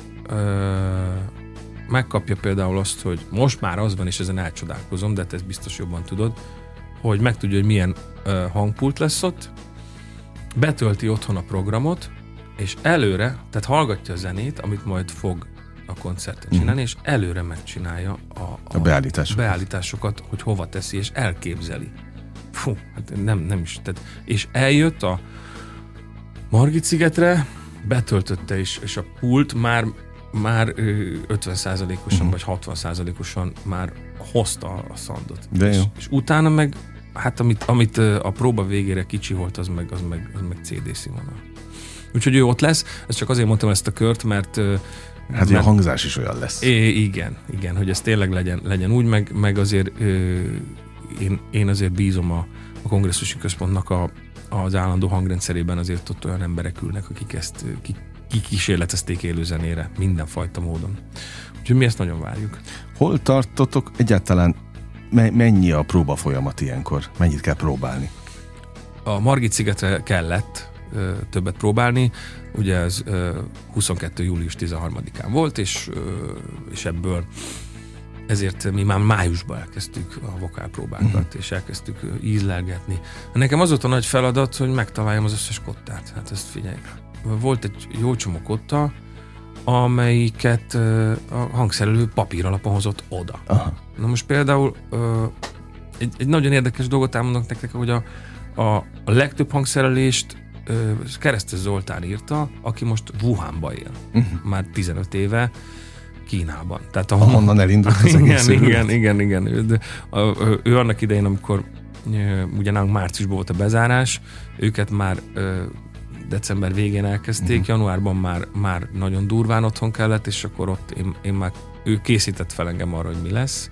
megkapja például azt, hogy most már az van, és ezen elcsodálkozom, de te ezt biztos jobban tudod, hogy megtudja, hogy milyen hangpult lesz ott, betölti otthon a programot, és előre, tehát hallgatja a zenét, amit majd fog a koncerten csinálni, és előre megcsinálja a beállításokat, hogy hova teszi, és elképzeli. Fú, hát nem is. Tehát, és eljött a Margit-szigetre, betöltötte is, és a pult már 50%-osan vagy 60%-osan már hozta a szandot. És utána meg, hát amit a próba végére kicsi volt, az meg CD színvonal. Úgyhogy ő ott lesz, ezt csak azért mondtam ezt a kört, mert hát a hangzás is olyan lesz. Igen, hogy ez tényleg legyen úgy, meg azért én azért bízom a kongresszusi központnak az állandó hangrendszerében, azért ott olyan emberek ülnek, akik ezt kikísérletezték élőzenére mindenfajta módon. Úgyhogy mi ezt nagyon várjuk. Hol tartotok egyáltalán, mennyi a próba folyamat ilyenkor? Mennyit kell próbálni? A Margit-szigetre kellett többet próbálni, ugye ez 22. július 13-án volt, és ebből ezért mi már májusban elkezdtük a vokálpróbákat, és elkezdtük ízlelgetni. Nekem az volt a nagy feladat, hogy megtaláljam az összes kottát. Hát ezt figyelj. Volt egy jó csomó kotta, amelyiket a hangszerelő papír alapon hozott oda. Aha. Na most például egy nagyon érdekes dolgot elmondok nektek, hogy a legtöbb hangszerelést Keresztes Zoltán írta, aki most Wuhanba él. Már 15 éve Kínában. Tehát ahonnan elindult az egész. Igen. De ő annak idején, amikor ugye nálunk márciusban volt a bezárás, őket már december végén elkezdték, januárban már nagyon durván otthon kellett, és akkor ott én már, ő készített fel engem arra, hogy mi lesz.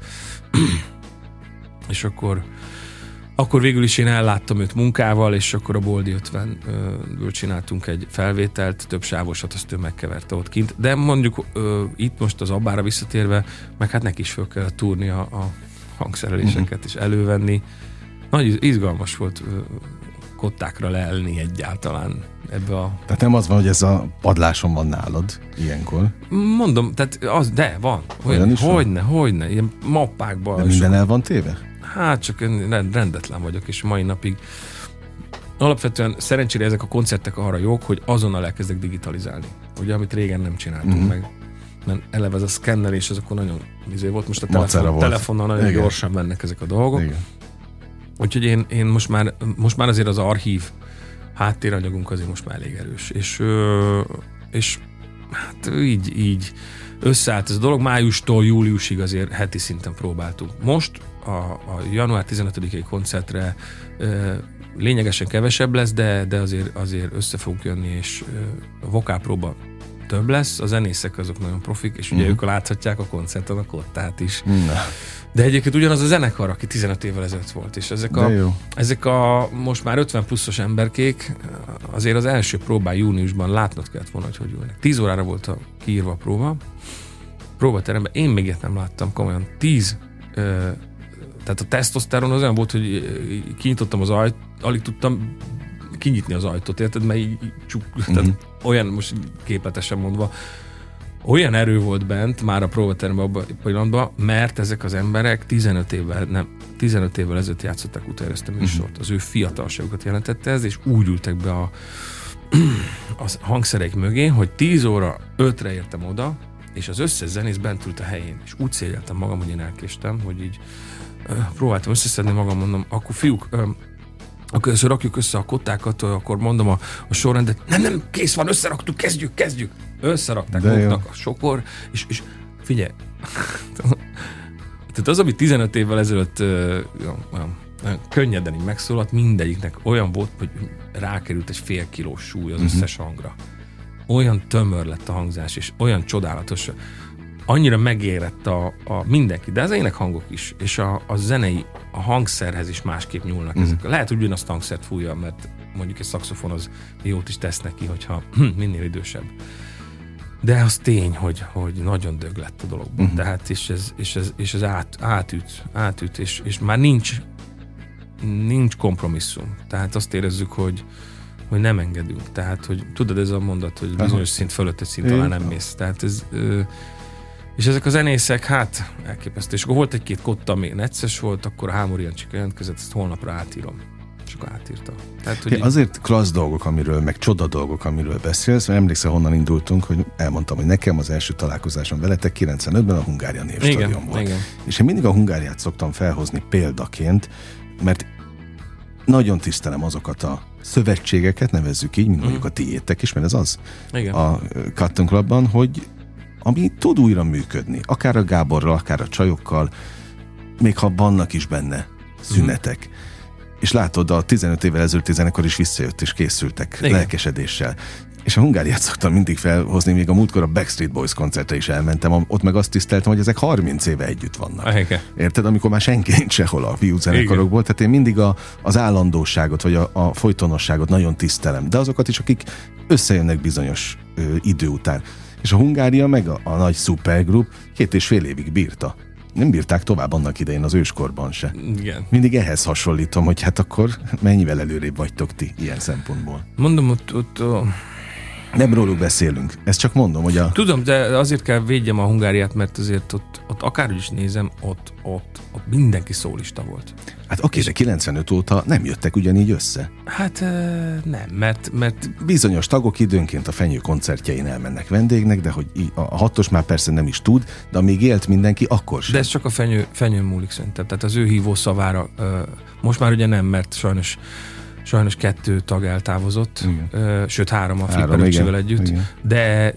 És akkor végül is én elláttam őt munkával, és akkor a Boldi 50-ből csináltunk egy felvételt, több sávosat, azt ő megkeverte ott kint. De mondjuk itt most az Abbára visszatérve, meg hát neki is föl kellett túrni a hangszereléseket és elővenni. Nagy izgalmas volt kottákra leelni egyáltalán ebbe a... Tehát nem az van, hogy ez a padláson van nálad ilyenkor? Mondom, tehát az, de van. Hogyne, ilyen mappákban. De minden el van téve? Hát csak rendetlen vagyok, és mai napig alapvetően szerencsére ezek a koncertek arra jók, hogy azonnal elkezdek digitalizálni. Ugye, amit régen nem csináltunk meg. Mert eleve ez a szkennelés, az akkor nagyon volt. Most a telefonnal nagyon gyorsan mennek ezek a dolgok. Igen. Úgyhogy én most már azért az archív háttéranyagunk azért most már elég erős. És hát így összeállt ez a dolog. Májustól júliusig azért heti szinten próbáltunk. Most a január 15-i koncertre lényegesen kevesebb lesz, de azért össze fogunk jönni, és a vokálpróba több lesz, a zenészek azok nagyon profik, és ugye ők láthatják a koncerten a kottát is. De egyébként ugyanaz a zenekar, aki 15 évvel ezelőtt volt, és ezek a most már 50 pluszos emberkék, azért az első próbán júniusban látnod kellett volna, hogy ülnek. 10 órára volt kiírva a próbateremben, én még ilyet nem láttam komolyan. 10 tehát a tesztoszteron az olyan volt, hogy kinyitottam az ajtót, alig tudtam kinyitni az ajtót, érted? Mert így tehát olyan, most képletesen mondva, olyan erő volt bent már a próbateremben abban a pillanatban, mert ezek az emberek 15 évvel ezelőtt játszották utána ezt a műsort. Az ő fiatalságukat jelentette ez, és úgy ültek be a hangszereik mögé, hogy 10 óra 5-re értem oda, és az összes zenész bent ült a helyén, és úgy szégyeltem magam, hogy én elkéstem, hogy így próbáltam összeszedni magam, mondom, akkor fiúk, akkor először rakjuk össze a kottákat, akkor mondom a sorrendet, nem, kész van, összeraktuk, kezdjük. Összerakták maguknak a sokor, és figyelj, tehát az, ami 15 évvel ezelőtt könnyeden így megszólalt, mindegyiknek olyan volt, hogy rákerült egy fél kilós súly az összes hangra. Olyan tömör lett a hangzás, és olyan csodálatos, annyira megérett a mindenki, de az énekhangok is, és a zenei, a hangszerhez is másképp nyúlnak ezek. Lehet, hogy ugyanazt a hangszert fújja, mert mondjuk egy szaxofon az jót is tesz neki, hogyha minél idősebb. De az tény, hogy nagyon dög lett a dologban. Tehát, és ez átüt, és már nincs kompromisszum. Tehát azt érezzük, hogy nem engedünk. Tehát, hogy tudod, ez a mondat, hogy bizonyos szint fölött egy szint alá nem mész. Tehát ez... És ezek a zenészek, hát elképesztő. És akkor volt egy-két kotta, ami necces volt, akkor a Hámor Jancsika jelentkezett, ezt holnapra átírom. És akkor átírta. Tehát, hogy azért klassz dolgok, amiről, meg csoda dolgok, amiről beszélsz, mert emlékszel, honnan indultunk, hogy elmondtam, hogy nekem az első találkozásom veletek 95-ben a Hungária Névstadion volt. Igen. És én mindig a Hungáriát szoktam felhozni példaként, mert nagyon tisztelem azokat a szövetségeket, nevezzük így, mint mondjuk a tiétek is, mert ez az igen. A Cotton Clubban, hogy ami tud újra működni, akár a Gáborral, akár a csajokkal, még ha vannak is benne szünetek. És látod, a 15 évvel ezelőtti zenekar is visszajött, és készültek lelkesedéssel. És a Hungáriát szoktam mindig felhozni, még a múltkor a Backstreet Boys koncertre is elmentem, ott meg azt tiszteltem, hogy ezek 30 éve együtt vannak. Érted? Amikor már senki nincs sehol a fiú zenekarokból, tehát én mindig az állandóságot, vagy a folytonosságot nagyon tisztelem, de azokat is, akik összejönnek bizonyos idő után. És a Hungária meg a nagy szupergrup 2,5 évig bírta. Nem bírták tovább annak idején az őskorban se. Igen. Mindig ehhez hasonlítom, hogy hát akkor mennyivel előrébb vagytok ti ilyen szempontból. Mondom, ott nem róluk beszélünk. Ezt csak mondom, hogy Tudom, de azért kell védjem a Hungáriát, mert azért ott akárhogy is nézem, ott mindenki szólista volt. Hát oké, de 95 óta nem jöttek ugyanígy össze. Hát nem, mert... Bizonyos tagok időnként a Fenyő koncertjein elmennek vendégnek, de hogy a hatos már persze nem is tud, de amíg élt mindenki, akkor sem. De ez csak a Fenyőn múlik szerintem. Tehát az ő hívó szavára most már ugye nem, mert sajnos 2 tag eltávozott, sőt 3 a Flipper öcsivel együtt, igen. De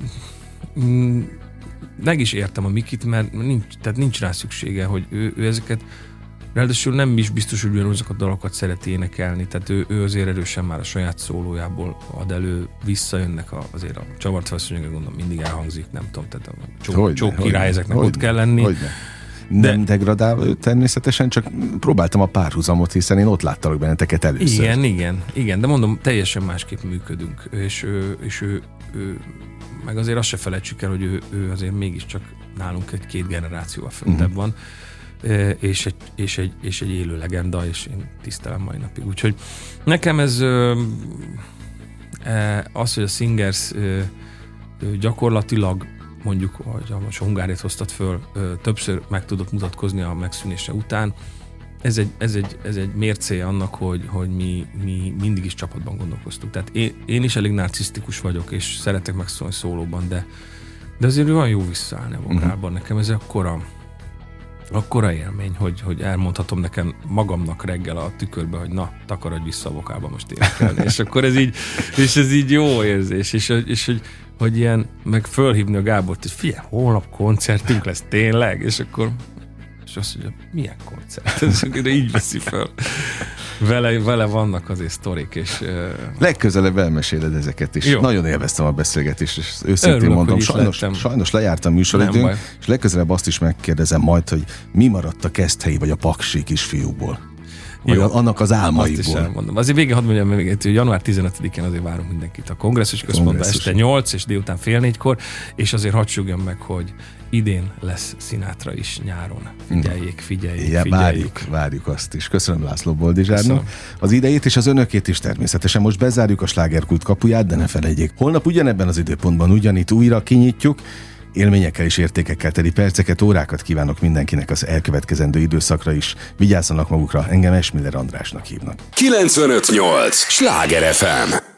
meg is értem a Mikit, mert nincs rá szüksége, hogy ő ezeket, ráadásul nem is biztos, hogy ugyanazokat a dalokat szereti énekelni, tehát ő azért erősen már a saját szólójából ad elő, visszajönnek azért a Csavart felszűnyögre, gondolom mindig elhangzik, nem tudom, tehát a csók király ezeknek ott kell lenni. Nem degradál természetesen, csak próbáltam a párhuzamot, hiszen én ott láttalak benneteket először. Igen, de mondom, teljesen másképp működünk, és ő meg azért azt se felejtsük el, hogy ő azért mégiscsak nálunk egy 2 generációval föntebb van, és egy élő legenda, és én tisztelem mai napig. Úgyhogy nekem ez az, hogy a Singers gyakorlatilag mondjuk, hogy a Hungáriát hoztad föl, többször meg tudott mutatkozni a megszűnése után. Ez egy mércéje annak, hogy mi mindig is csapatban gondolkoztunk. Tehát én is elég narcisztikus vagyok, és szeretek megszólni szólóban, de azért olyan jó visszaállni a vokálban. Nekem ez akkora élmény, hogy elmondhatom nekem magamnak reggel a tükörbe, hogy na, takarodj vissza a vokálba most énekelni. És akkor ez így jó érzés, és hogy ilyen, meg fölhívni a Gábort, hogy figyelj, holnap koncertünk lesz tényleg, és akkor és azt mondja, milyen koncert? De így veszi föl. Vele vannak azért sztorik, és... Legközelebb elmeséled ezeket is. Jó. Nagyon élveztem a beszélgetést, és őszintén örülök, mondom, sajnos lejárt a műsoridőnk, és legközelebb azt is megkérdezem majd, hogy mi maradt a Keszthelyi vagy a paksi kisfiúból. Annak az álmaiból. Azt is elmondom. Azért végén hadd mondjam még, hogy január 15-én azért várunk mindenkit a Kongresszus Központban este 8 és délután fél 4-kor, és azért hadd súgjam meg, hogy idén lesz Sinatra is nyáron. Figyeljék. Várjuk azt is. Köszönöm László Boldizsárnak az idejét, és az önökét is természetesen. Most bezárjuk a Slágerkult kapuját, de ne felejtjék. Holnap ugyanebben az időpontban ugyanitt újra kinyitjuk. Élményekkel és értékekkel teli perceket, órákat kívánok mindenkinek az elkövetkezendő időszakra is. Vigyázzanak magukra, engem Esmiller Andrásnak hívnak. 95.8 Sláger FM.